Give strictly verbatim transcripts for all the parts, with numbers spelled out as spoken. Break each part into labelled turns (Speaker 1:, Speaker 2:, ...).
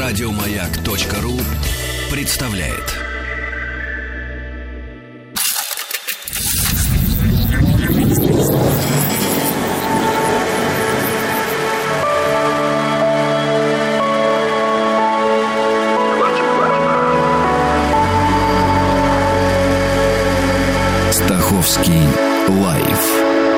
Speaker 1: Радиомаяк.ру представляет. Стаховский лайв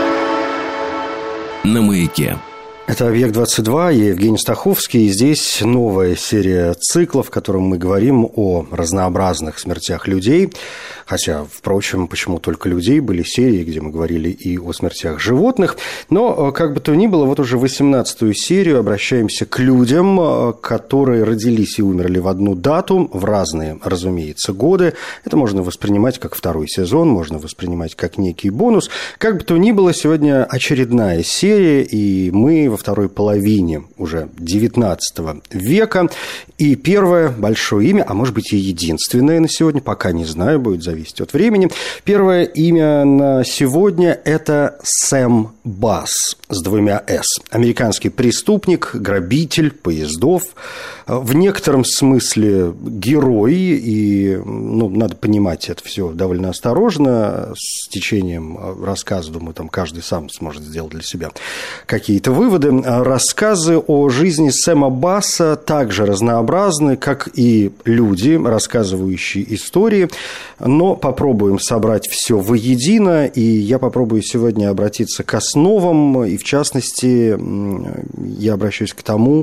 Speaker 1: на Маяке.
Speaker 2: Это «Объект-двадцать два», я Евгений Стаховский, и здесь новая серия циклов, в котором мы говорим о разнообразных смертях людей. Хотя, впрочем, почему только людей, были серии, где мы говорили и о смертях животных. Но, как бы то ни было, вот уже восемнадцатую серию обращаемся к людям, которые родились и умерли в одну дату, в разные, разумеется, годы. Это можно воспринимать как второй сезон, можно воспринимать как некий бонус. Как бы то ни было, сегодня очередная серия, и мы во второй половине уже девятнадцатого века. И первое большое имя, а может быть и единственное на сегодня, пока не знаю, будет зависеть от времени. Первое имя на сегодня – это Сэм Басс с двумя «С». Американский преступник, грабитель поездов, в некотором смысле герой, и ну, надо понимать это все довольно осторожно. С течением рассказа, думаю, там каждый сам сможет сделать для себя какие-то выводы. Рассказы о жизни Сэма Басса также разнообразны, как и люди, рассказывающие истории, но попробуем собрать все воедино, и я попробую сегодня обратиться к основам, и в частности я обращаюсь к тому,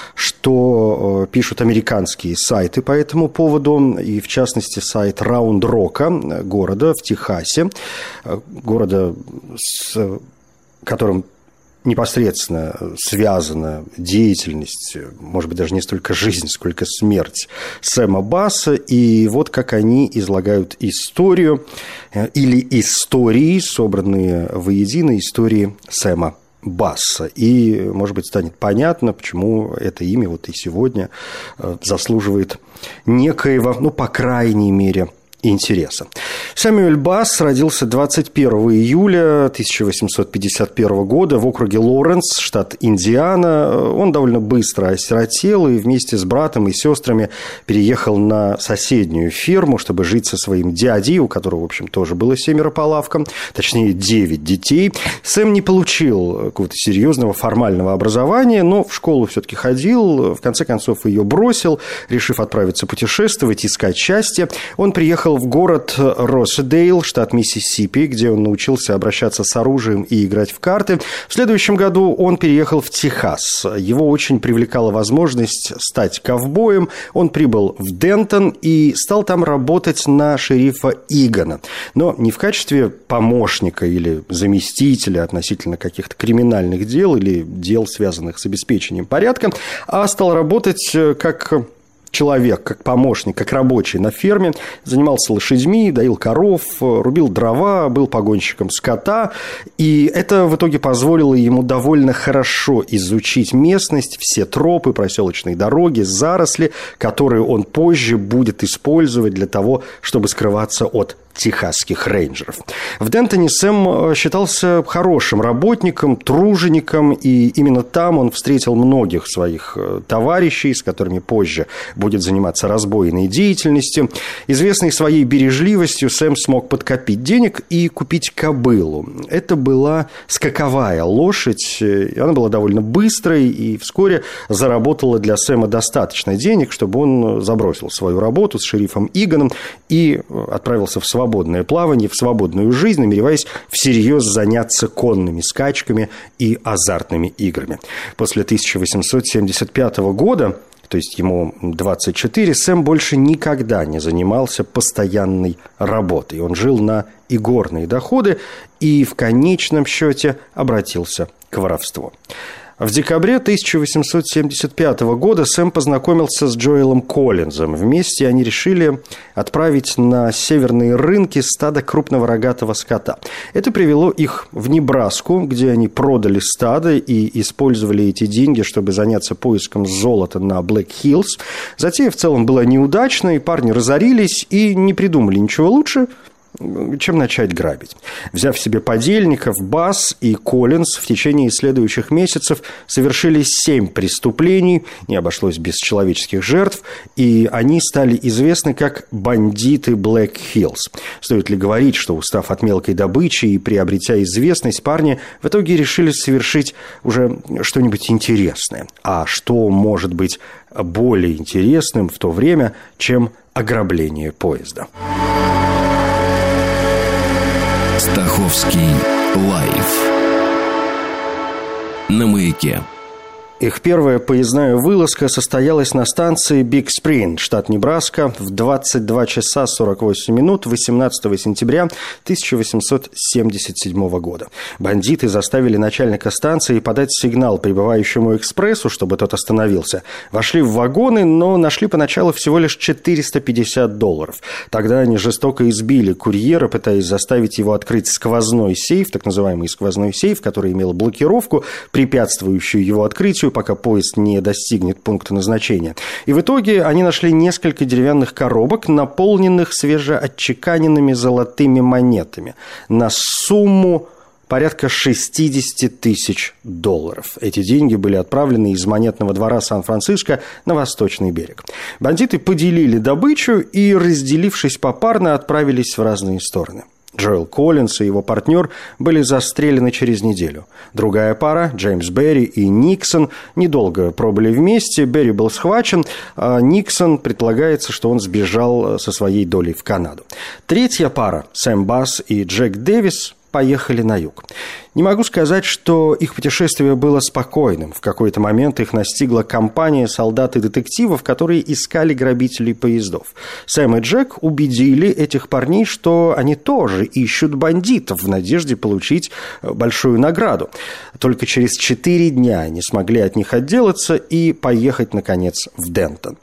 Speaker 2: что пишут американские сайты по этому поводу, и в частности сайт Раунд-Рока, города в Техасе, города, с которым непосредственно связана деятельность, может быть, даже не столько жизнь, сколько смерть Сэма Басса. И вот как они излагают историю или истории, собранные воедино, истории Сэма Басса. И, может быть, станет понятно, почему это имя вот и сегодня заслуживает некоего, ну, по крайней мере, интереса. Сэмюэль Басс родился двадцать первого июля тысяча восемьсот пятьдесят первого года в округе Лоренс, штат Индиана. Он довольно быстро осиротел и вместе с братом и сестрами переехал на соседнюю ферму, чтобы жить со своим дядей, у которого, в общем, тоже было семеро по лавкам, точнее, девять детей. Сэм не получил какого-то серьезного формального образования, но в школу все-таки ходил, в конце концов ее бросил, решив отправиться путешествовать, искать счастье. Он приехал в город Росседейл, штат Миссисипи, где он научился обращаться с оружием и играть в карты. В следующем году он переехал в Техас. Его очень привлекала возможность стать ковбоем. Он прибыл в Дентон и стал там работать на шерифа Игана. Но не в качестве помощника или заместителя относительно каких-то криминальных дел или дел, связанных с обеспечением порядка, а стал работать как человек, как помощник, как рабочий на ферме, занимался лошадьми, доил коров, рубил дрова, был погонщиком скота, и это в итоге позволило ему довольно хорошо изучить местность, все тропы, проселочные дороги, заросли, которые он позже будет использовать для того, чтобы скрываться от техасских рейнджеров. В Дентоне Сэм считался хорошим работником, тружеником, и именно там он встретил многих своих товарищей, с которыми позже будет заниматься разбойной деятельностью. Известный своей бережливостью, Сэм смог подкопить денег и купить кобылу. Это была скаковая лошадь, и она была довольно быстрой, и вскоре заработала для Сэма достаточно денег, чтобы он забросил свою работу с шерифом Иганом и отправился в свободу. свободное плавание, в свободную жизнь, намереваясь всерьез заняться конными скачками и азартными играми. После тысяча восемьсот семьдесят пятого года, то есть ему двадцать четыре, Сэм больше никогда не занимался постоянной работой. Он жил на игорные доходы и в конечном счете обратился к воровству. В декабре тысяча восемьсот семьдесят пятого года Сэм познакомился с Джоэлом Коллинзом. Вместе они решили отправить на северные рынки стадо крупного рогатого скота. Это привело их в Небраску, где они продали стадо и использовали эти деньги, чтобы заняться поиском золота на Блэк-Хиллз. Затея в целом была неудачной, парни разорились и не придумали ничего лучше, чем начать грабить. Взяв себе подельников, Басс и Коллинз в течение следующих месяцев совершили семь преступлений, не обошлось без человеческих жертв, и они стали известны как бандиты Блэк Хиллз. Стоит ли говорить, что, устав от мелкой добычи и приобретя известность, парни в итоге решили совершить уже что-нибудь интересное. А что может быть более интересным в то время, чем ограбление поезда?
Speaker 1: Стаховский лайф на Маяке.
Speaker 2: Их первая поездная вылазка состоялась на станции Биг Спринг, штат Небраска, в двадцать два часа сорок восемь минут восемнадцатого сентября тысяча восемьсот семьдесят седьмого года. Бандиты заставили начальника станции подать сигнал прибывающему экспрессу, чтобы тот остановился. Вошли в вагоны, но нашли поначалу всего лишь четыреста пятьдесят долларов. Тогда они жестоко избили курьера, пытаясь заставить его открыть сквозной сейф, так называемый сквозной сейф, который имел блокировку, препятствующую его открытию, пока поезд не достигнет пункта назначения. И в итоге они нашли несколько деревянных коробок, наполненных свежеотчеканенными золотыми монетами на сумму порядка шестьдесят тысяч долларов. Эти деньги были отправлены из монетного двора Сан-Франциско на восточный берег. Бандиты поделили добычу и, разделившись попарно, отправились в разные стороны. Джоэл Коллинз и его партнер были застрелены через неделю. Другая пара, Джеймс Берри и Никсон, недолго пробыли вместе. Берри был схвачен, а Никсон предполагается, что он сбежал со своей долей в Канаду. Третья пара, Сэм Басс и Джек Дэвис, поехали на юг. Не могу сказать, что их путешествие было спокойным. В какой-то момент их настигла компания солдат и детективов, которые искали грабителей поездов. Сэм и Джек убедили этих парней, что они тоже ищут бандитов в надежде получить большую награду. Только через четыре дня они смогли от них отделаться и поехать, наконец, в Дентон.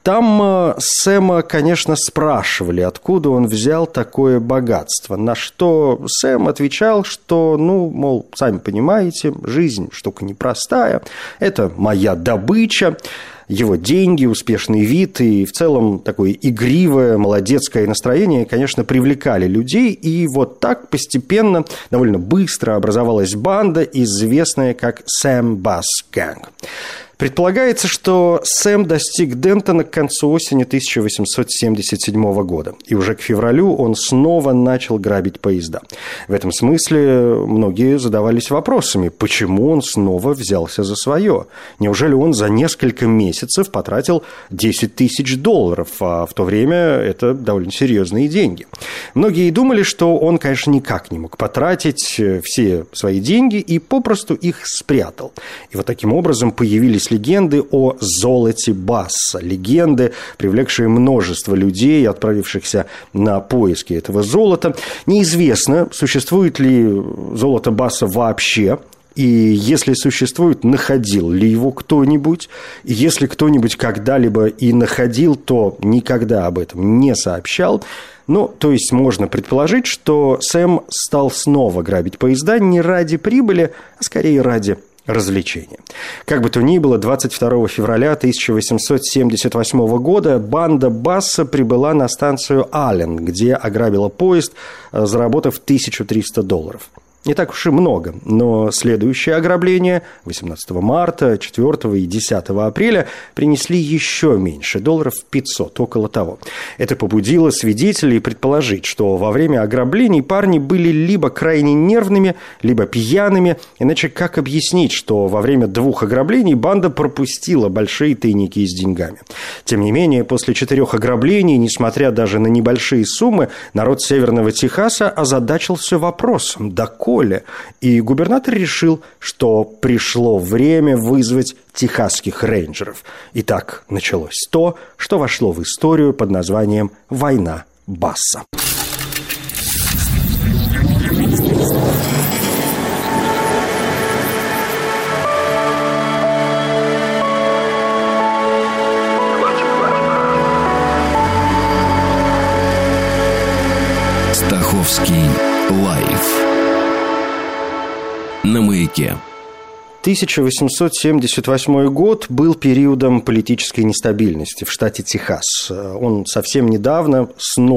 Speaker 2: Там Сэма, конечно, спрашивали, откуда он взял такое богатство, на что Сэм отвечал, что, ну, мол, сами понимаете, жизнь штука непростая, это моя добыча. Его деньги, успешный вид и в целом такое игривое, молодецкое настроение, конечно, привлекали людей. И вот так постепенно, довольно быстро образовалась банда, известная как Сэм Басс Гэнг. Предполагается, что Сэм достиг Дентона к концу осени тысяча восемьсот семьдесят седьмого года, и уже к февралю он снова начал грабить поезда. В этом смысле многие задавались вопросами, почему он снова взялся за свое. Неужели он за несколько месяцев потратил десять тысяч долларов, а в то время это довольно серьезные деньги. Многие думали, что он, конечно, никак не мог потратить все свои деньги и попросту их спрятал. И вот таким образом появились легенды о золоте Басса. Легенды, привлекшие множество людей, отправившихся на поиски этого золота. Неизвестно, существует ли золото Басса вообще. И если существует, находил ли его кто-нибудь? И если кто-нибудь когда-либо и находил, то никогда об этом не сообщал. Ну, то есть можно предположить, что Сэм стал снова грабить поезда не ради прибыли, а скорее ради развлечения. Как бы то ни было, двадцать второго февраля тысяча восемьсот семьдесят восьмого года банда Басса прибыла на станцию Аллен, где ограбила поезд, заработав тысячу триста долларов. Не так уж и много, но следующее ограбление восемнадцатого марта, четвёртого и десятого апреля принесли еще меньше, долларов пятьсот, около того. Это побудило свидетелей предположить, что во время ограблений парни были либо крайне нервными, либо пьяными, иначе как объяснить, что во время двух ограблений банда пропустила большие тайники с деньгами. Тем не менее, после четырех ограблений, несмотря даже на небольшие суммы, народ Северного Техаса озадачился вопросом, доколе. И губернатор решил, что пришло время вызвать техасских рейнджеров. И так началось то, что вошло в историю под названием «Война Басса».
Speaker 1: Стаховский лайф на Маяке.
Speaker 2: тысяча восемьсот семьдесят восьмой год был периодом политической нестабильности в штате Техас. Он совсем недавно снова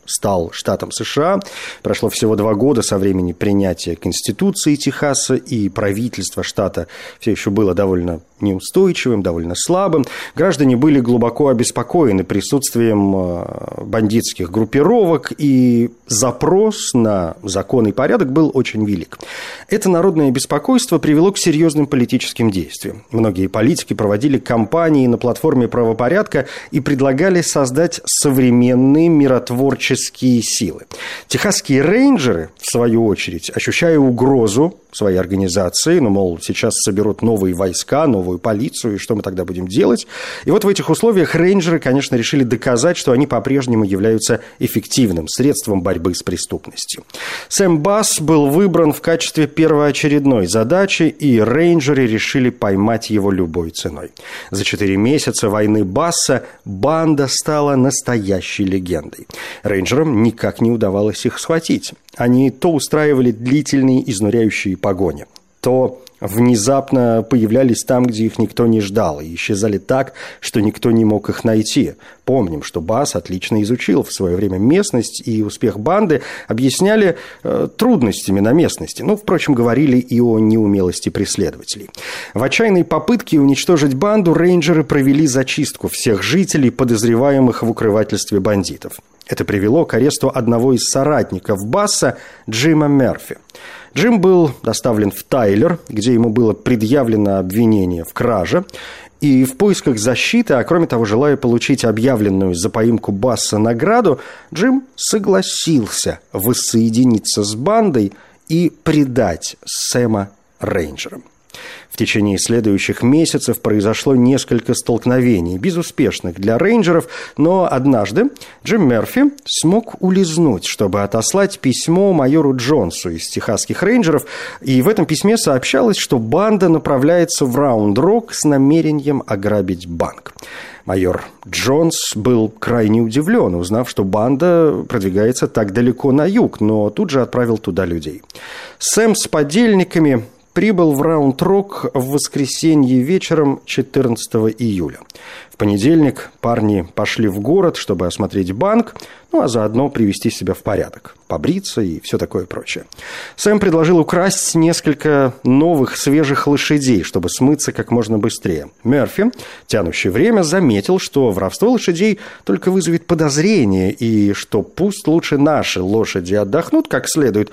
Speaker 2: стал штатом США. Прошло всего два года со времени принятия Конституции Техаса, и правительство штата все еще было довольно неустойчивым, довольно слабым. Граждане были глубоко обеспокоены присутствием бандитских группировок, и запрос на закон и порядок был очень велик. Это народное беспокойство привело к серьезным политическим действиям. Многие политики проводили кампании на платформе правопорядка и предлагали создать современные миротворческие силы. Техасские рейнджеры, в свою очередь, ощущая угрозу своей организации, ну, мол, сейчас соберут новые войска, новую полицию, и что мы тогда будем делать? И вот в этих условиях рейнджеры, конечно, решили доказать, что они по-прежнему являются эффективным средством борьбы с преступностью. Сэм Басс был выбран в качестве первоочередной задачи, и рейнджеры решили поймать его любой ценой. За четыре месяца войны Басса банда стала настоящей легендой. Рейнджерам никак не удавалось их схватить. Они то устраивали длительные изнуряющие погони, то внезапно появлялись там, где их никто не ждал, и исчезали так, что никто не мог их найти. Помним, что Басс отлично изучил в свое время местность, и успех банды объясняли э, трудностями на местности. Ну, впрочем, говорили и о неумелости преследователей. В отчаянной попытке уничтожить банду рейнджеры провели зачистку всех жителей, подозреваемых в укрывательстве бандитов. Это привело к аресту одного из соратников Басса, Джима Мерфи. Джим был доставлен в Тайлер, где ему было предъявлено обвинение в краже. И в поисках защиты, а кроме того, желая получить объявленную за поимку Басса награду, Джим согласился воссоединиться с бандой и предать Сэма рейнджерам. В течение следующих месяцев произошло несколько столкновений, безуспешных для рейнджеров, но однажды Джим Мерфи смог улизнуть, чтобы отослать письмо майору Джонсу из техасских рейнджеров, и в этом письме сообщалось, что банда направляется в Раунд-Рок с намерением ограбить банк. Майор Джонс был крайне удивлен, узнав, что банда продвигается так далеко на юг, но тут же отправил туда людей. Сэм с подельниками прибыл в Раунд-Рок в воскресенье вечером четырнадцатого июля. В понедельник парни пошли в город, чтобы осмотреть банк, ну а заодно привести себя в порядок, побриться и все такое прочее. Сэм предложил украсть несколько новых свежих лошадей, чтобы смыться как можно быстрее. Мерфи, тянущий время, заметил, что воровство лошадей только вызовет подозрение, и что пусть лучше наши лошади отдохнут как следует,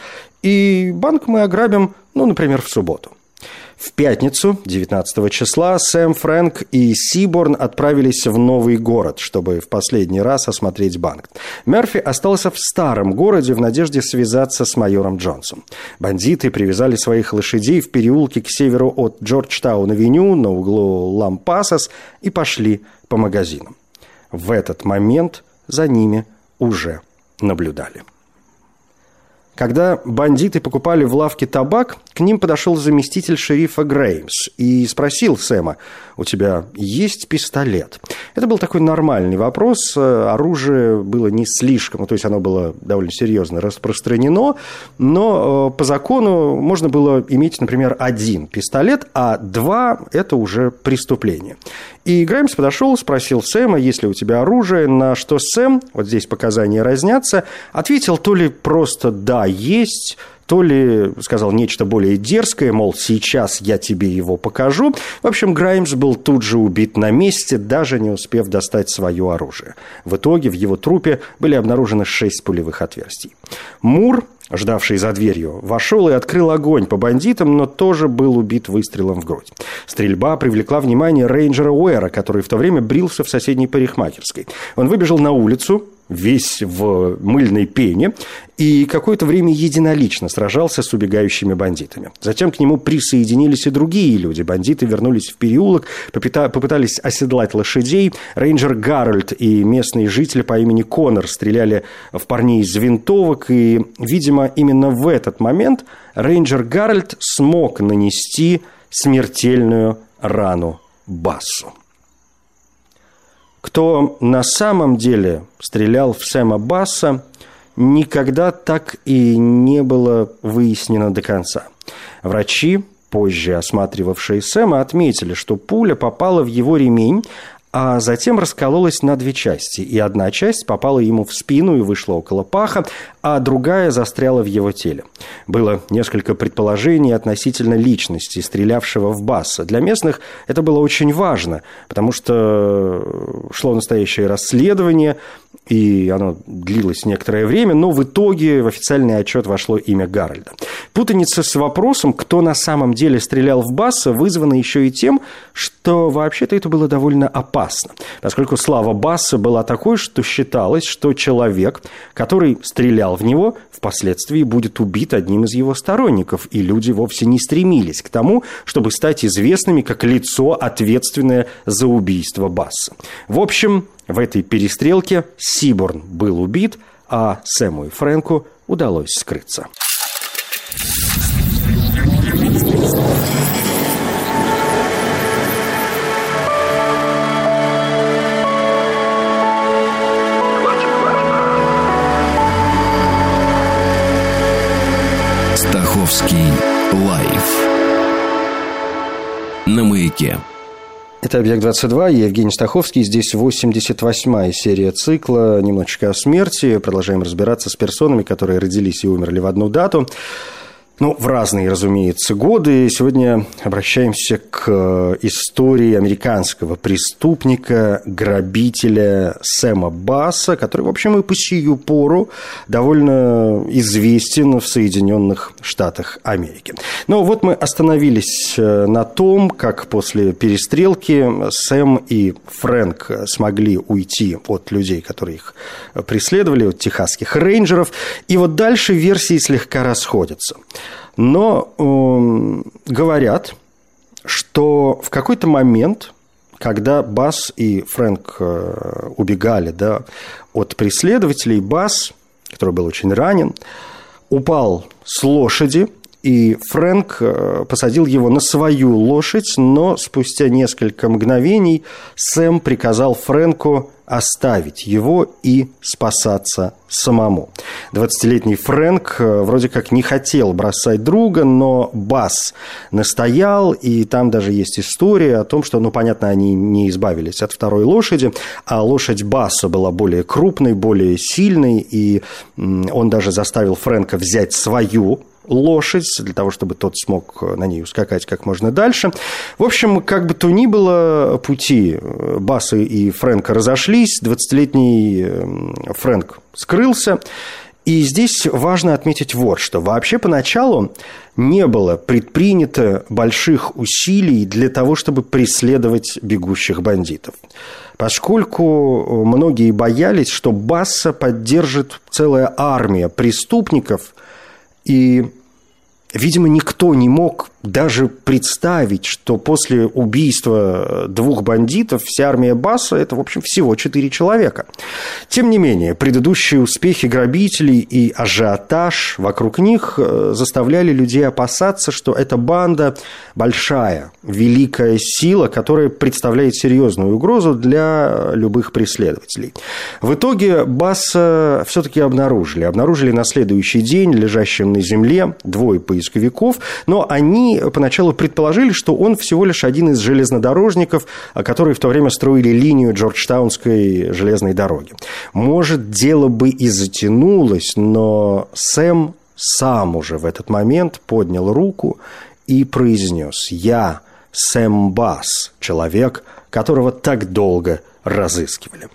Speaker 2: и банк мы ограбим, ну, например, в субботу. В пятницу, девятнадцатого числа, Сэм, Фрэнк и Сиборн отправились в новый город, чтобы в последний раз осмотреть банк. Мерфи остался в старом городе в надежде связаться с майором Джонсом. Бандиты привязали своих лошадей в переулке к северу от Джорджтаун-авеню на углу Лампасос и пошли по магазинам. В этот момент за ними уже наблюдали. Когда бандиты покупали в лавке табак, к ним подошел заместитель шерифа Греймс и спросил Сэма: «У тебя есть пистолет?» Это был такой нормальный вопрос, оружие было не слишком, то есть оно было довольно серьезно распространено, но по закону можно было иметь, например, один пистолет, а два – это уже преступление. И Греймс подошел, спросил Сэма: «Есть ли у тебя оружие?» На что Сэм, вот здесь показания разнятся, ответил то ли просто «да, есть», то ли сказал нечто более дерзкое, мол, сейчас я тебе его покажу. В общем, Граймс был тут же убит на месте, даже не успев достать свое оружие. В итоге в его трупе были обнаружены шесть пулевых отверстий. Мур, ждавший за дверью, вошел и открыл огонь по бандитам, но тоже был убит выстрелом в грудь. Стрельба привлекла внимание рейнджера Уэра, который в то время брился в соседней парикмахерской. Он выбежал на улицу, весь в мыльной пене, и какое-то время единолично сражался с убегающими бандитами. Затем к нему присоединились и другие люди. Бандиты вернулись в переулок, попытались оседлать лошадей. Рейнджер Гарольд и местные жители по имени Коннор стреляли в парней из винтовок, и, видимо, именно в этот момент рейнджер Гарольд смог нанести смертельную рану Бассу. Кто на самом деле стрелял в Сэма Басса, никогда так и не было выяснено до конца. Врачи, позже осматривавшие Сэма, отметили, что пуля попала в его ремень, а затем раскололась на две части, и одна часть попала ему в спину и вышла около паха, а другая застряла в его теле. Было несколько предположений относительно личности стрелявшего в Басса. Для местных это было очень важно, потому что шло настоящее расследование, и оно длилось некоторое время, но в итоге в официальный отчет вошло имя Гарольда. Путаница с вопросом, кто на самом деле стрелял в Басса, вызвана еще и тем, что вообще-то это было довольно опасно, поскольку слава Басса была такой, что считалось, что человек, который стрелял в него, впоследствии будет убит одним из его сторонников, и люди вовсе не стремились к тому, чтобы стать известными как лицо, ответственное за убийство Басса. В общем, в этой перестрелке Сиборн был убит, а Сэму и Фрэнку удалось скрыться.
Speaker 1: Стаховский лайф на Маяке.
Speaker 2: Это «Объект-двадцать два», я Евгений Стаховский. Здесь восемьдесят восьмая серия цикла «Немножечко о смерти». Продолжаем разбираться с персонами, которые родились и умерли в одну дату. Ну, в разные, разумеется, годы. Сегодня обращаемся к истории американского преступника, грабителя Сэма Басса, который, в общем, и по сию пору довольно известен в Соединенных Штатах Америки. Но вот мы остановились на том, как после перестрелки Сэм и Фрэнк смогли уйти от людей, которые их преследовали, от техасских рейнджеров. И вот дальше версии слегка расходятся. Но э, говорят, что в какой-то момент, когда Басс и Фрэнк э, убегали, да, от преследователей, Басс, который был очень ранен, упал с лошади, и Фрэнк э, посадил его на свою лошадь, но спустя несколько мгновений Сэм приказал Фрэнку оставить его и спасаться самому. двадцатилетний Фрэнк вроде как не хотел бросать друга, но Басс настоял, и там даже есть история о том, что, ну, понятно, они не избавились от второй лошади, а лошадь Басса была более крупной, более сильной, и он даже заставил Фрэнка взять свою лошадь, для того, чтобы тот смог на ней ускакать как можно дальше. В общем, как бы то ни было, пути Басса и Фрэнка разошлись, двадцатилетний Фрэнк скрылся. И здесь важно отметить вот что. Вообще, поначалу не было предпринято больших усилий для того, чтобы преследовать бегущих бандитов, поскольку многие боялись, что Басса поддержит целая армия преступников, и, видимо, никто не мог даже представить, что после убийства двух бандитов вся армия Басса – это, в общем, всего четыре человека. Тем не менее, предыдущие успехи грабителей и ажиотаж вокруг них заставляли людей опасаться, что эта банда – большая, великая сила, которая представляет серьезную угрозу для любых преследователей. В итоге Басса все-таки обнаружили. Обнаружили на следующий день лежащим на земле двое поисковиков, но они поначалу предположили, что он всего лишь один из железнодорожников, которые в то время строили линию Джорджтаунской железной дороги. Может, дело бы и затянулось, но Сэм сам уже в этот момент поднял руку и произнес: «Я Сэм Басс, человек, которого так долго разыскивали».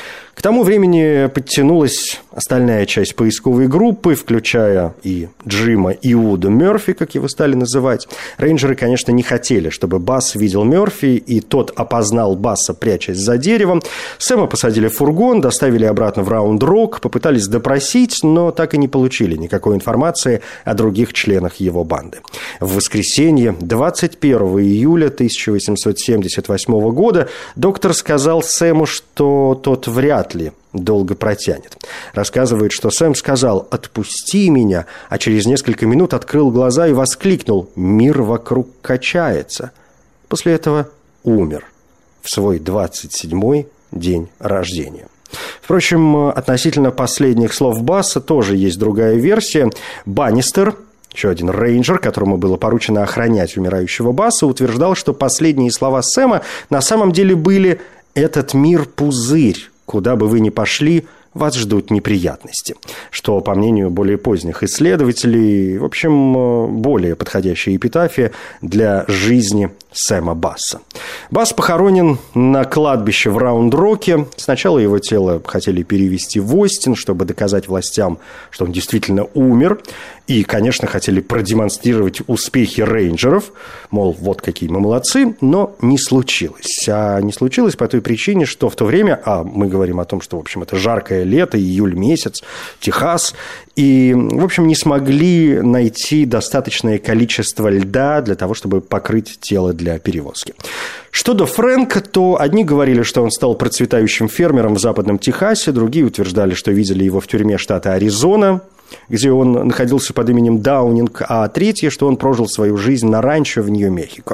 Speaker 2: К тому времени подтянулась остальная часть поисковой группы, включая и Джима Иуда Мерфи, как его стали называть. Рейнджеры, конечно, не хотели, чтобы Басс видел Мерфи, и тот опознал Басса, прячась за деревом. Сэма посадили в фургон, доставили обратно в Раунд-Рок, попытались допросить, но так и не получили никакой информации о других членах его банды. В воскресенье, двадцать первого июля тысяча восемьсот семьдесят восьмого года, доктор сказал Сэму, что тот вряд ли долго протянет. Рассказывает, что Сэм сказал: «Отпусти меня», а через несколько минут открыл глаза и воскликнул: «Мир вокруг качается». После этого умер в свой двадцать седьмой день рождения. Впрочем, относительно последних слов Басса тоже есть другая версия. Баннистер, еще один рейнджер, которому было поручено охранять умирающего Басса, утверждал, что последние слова Сэма на самом деле были: Этот мир – пузырь, куда бы вы ни пошли, вас ждут неприятности, что, по мнению более поздних исследователей, в общем, более подходящая эпитафия для жизни Сэма Басса. Басс похоронен на кладбище в Раунд-Роке. Сначала его тело хотели перевезти в Остин, чтобы доказать властям, что он действительно умер. И, конечно, хотели продемонстрировать успехи рейнджеров, мол, вот какие мы молодцы, но не случилось. А не случилось по той причине, что в то время, а мы говорим о том, что, в общем, это жаркое лето, июль месяц, Техас, и, в общем, не смогли найти достаточное количество льда для того, чтобы покрыть тело для перевозки. Что до Фрэнка, то одни говорили, что он стал процветающим фермером в западном Техасе, другие утверждали, что видели его в тюрьме штата Аризона, где он находился под именем Даунинг, а третье, что он прожил свою жизнь на ранчо в Нью-Мехико.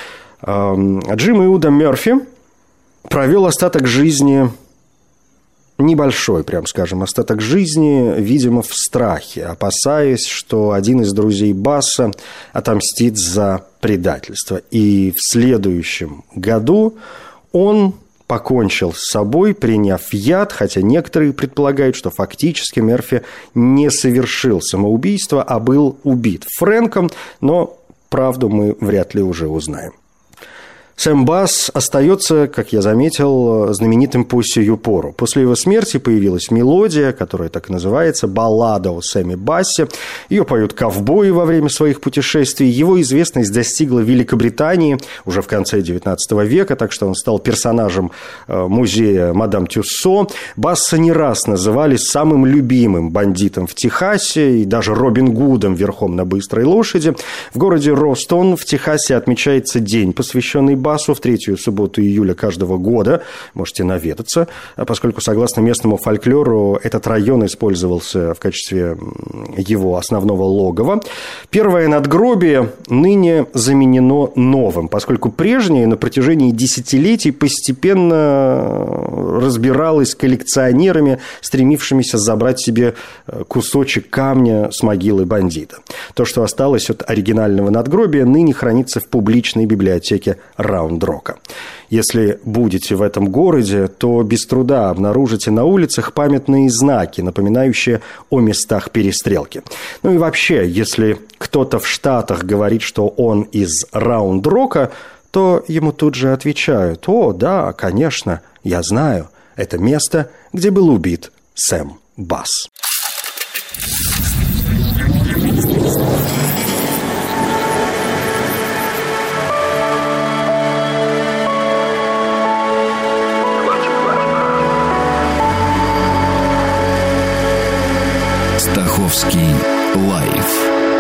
Speaker 2: Джим Иуда Мерфи провел остаток жизни, небольшой, прям скажем, остаток жизни, видимо, в страхе, опасаясь, что один из друзей Басса отомстит за предательство. И в следующем году он покончил с собой, приняв яд, хотя некоторые предполагают, что фактически Мерфи не совершил самоубийство, а был убит Фрэнком, но правду мы вряд ли уже узнаем. Сэм Басс остается, как я заметил, знаменитым по сию пору. После его смерти появилась мелодия, которая так и называется, «Баллада о Сэме Бассе». Ее поют ковбои во время своих путешествий. Его известность достигла Великобритании уже в конце девятнадцатого века, так что он стал персонажем музея Мадам Тюссо. Басса не раз называли самым любимым бандитом в Техасе и даже Робин Гудом верхом на быстрой лошади. В городе Ростон в Техасе отмечается день, посвященный Бассу, в третью субботу июля каждого года. Можете наведаться, поскольку, согласно местному фольклору, этот район использовался в качестве его основного логова. Первое надгробие ныне заменено новым, поскольку прежнее на протяжении десятилетий постепенно разбиралось коллекционерами, стремившимися забрать себе кусочек камня с могилы бандита. То, что осталось от оригинального надгробия, ныне хранится в публичной библиотеке Раунд-Рока. Если будете в этом городе, то без труда обнаружите на улицах памятные знаки, напоминающие о местах перестрелки. Ну и вообще, если кто-то в Штатах говорит, что он из Раунд-Рока, то ему тут же отвечают: «О, да, конечно, я знаю, это место, где был убит Сэм Басс».
Speaker 1: Стаховский лайф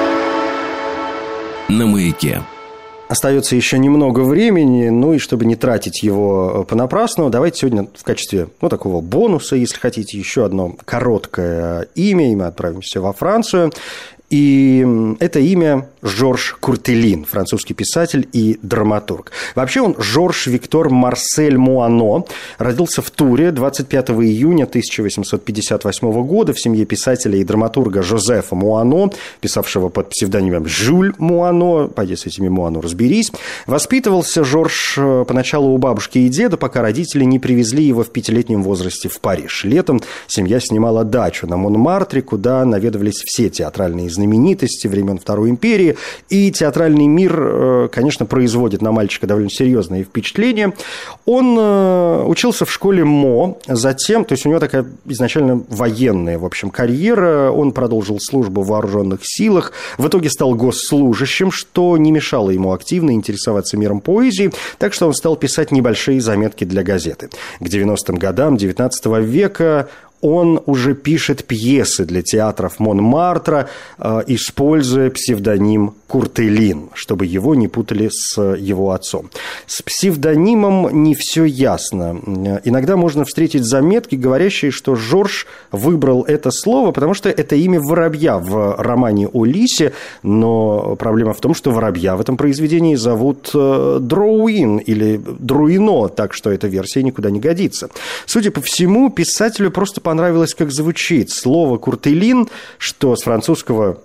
Speaker 1: на Маяке.
Speaker 2: Остается еще немного времени, ну и чтобы не тратить его понапрасну, давайте сегодня в качестве, ну, такого бонуса, если хотите, еще одно короткое имя, и мы отправимся во Францию. И это имя Жорж Куртелин, французский писатель и драматург. Вообще он Жорж Виктор Марсель Муано. Родился в Туре двадцать пятого июня тысяча восемьсот пятьдесят восьмого года в семье писателя и драматурга Жозефа Муано, писавшего под псевдонимом Жюль Муано. Пойди с этими Муано разберись. Воспитывался Жорж поначалу у бабушки и деда, пока родители не привезли его в пятилетнем возрасте в Париж. Летом семья снимала дачу на Монмартре, куда наведывались все театральные знаменитости времен Второй империи, и театральный мир, конечно, производит на мальчика довольно серьезное впечатление. Он учился в школе МО, затем, то есть у него такая изначально военная, в общем, карьера, он продолжил службу в вооруженных силах, в итоге стал госслужащим, что не мешало ему активно интересоваться миром поэзии, так что он стал писать небольшие заметки для газеты. К девяностым годам девятнадцатого века он уже пишет пьесы для театров Монмартра, э, используя псевдоним Куртелин, чтобы его не путали с его отцом. С псевдонимом не все ясно. Иногда можно встретить заметки, говорящие, что Жорж выбрал это слово, потому что это имя воробья в романе о Лисе, но проблема в том, что воробья в этом произведении зовут Дроуин или Друино, так что эта версия никуда не годится. Судя по всему, писателю просто понравилось, как звучит слово «Куртелин», что с французского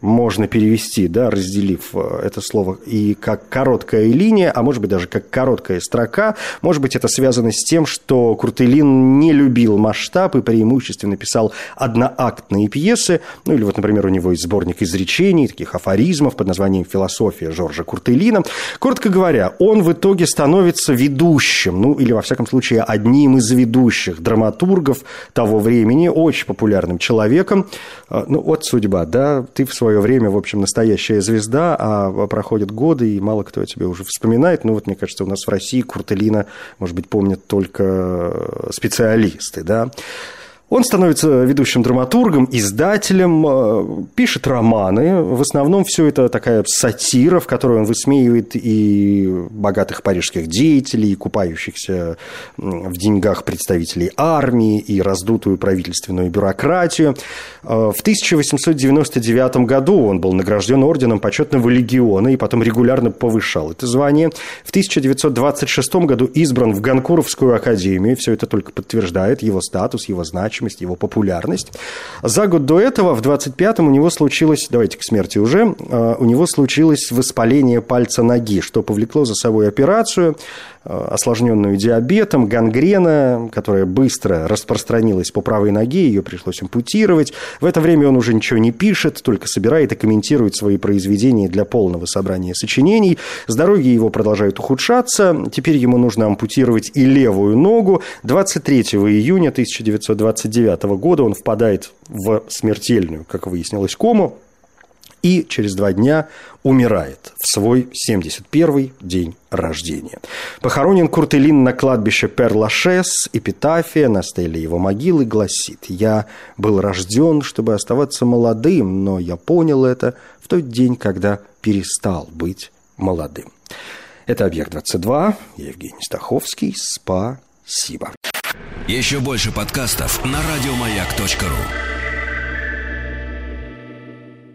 Speaker 2: можно перевести, да, разделив это слово и как короткая линия, а может быть даже как короткая строка. Может быть, это связано с тем, что Куртелин не любил масштаб и преимущественно писал одноактные пьесы. Ну, или вот, например, у него есть сборник изречений, таких афоризмов под названием «Философия» Жоржа Куртелина. Коротко говоря, он в итоге становится ведущим, ну, или, во всяком случае, одним из ведущих драматургов того времени, очень популярным человеком. Ну, вот судьба, да, ты в свое время, в общем, настоящая звезда, а проходят годы, и мало кто о тебе уже вспоминает. Ну, вот, мне кажется, у нас в России Куртелина, может быть, помнят только специалисты, да. Он становится ведущим драматургом, издателем, пишет романы. В основном все это такая сатира, в которой он высмеивает и богатых парижских деятелей, и купающихся в деньгах представителей армии, и раздутую правительственную бюрократию. В тысяча восемьсот девяносто девятом году он был награжден орденом Почетного легиона и потом регулярно повышал это звание. В тысяча девятьсот двадцать шестом году избран в Ганкуровскую академию. Все это только подтверждает его статус, его значимость, его популярность. За год до этого, в двадцать пятом, у него случилось, давайте к смерти уже, у него случилось воспаление пальца ноги, что повлекло за собой операцию, осложненную диабетом, гангрена, которая быстро распространилась по правой ноге, ее пришлось ампутировать. В это время он уже ничего не пишет, только собирает и комментирует свои произведения для полного собрания сочинений. Здоровье его продолжает ухудшаться, теперь ему нужно ампутировать и левую ногу. двадцать третьего июня тысяча девятьсот двадцать девятого года он впадает в смертельную, как выяснилось, кому, и через два дня умирает в свой семьдесят первый день рождения. Похоронен Куртелин на кладбище Пер-Лашез. Эпитафия на стеле его могилы гласит: «Я был рожден, чтобы оставаться молодым, но я понял это в тот день, когда перестал быть молодым». Это «Объект-двадцать два». Я Евгений Стаховский. Спасибо.
Speaker 1: Еще больше подкастов на радиомаяк точка ру.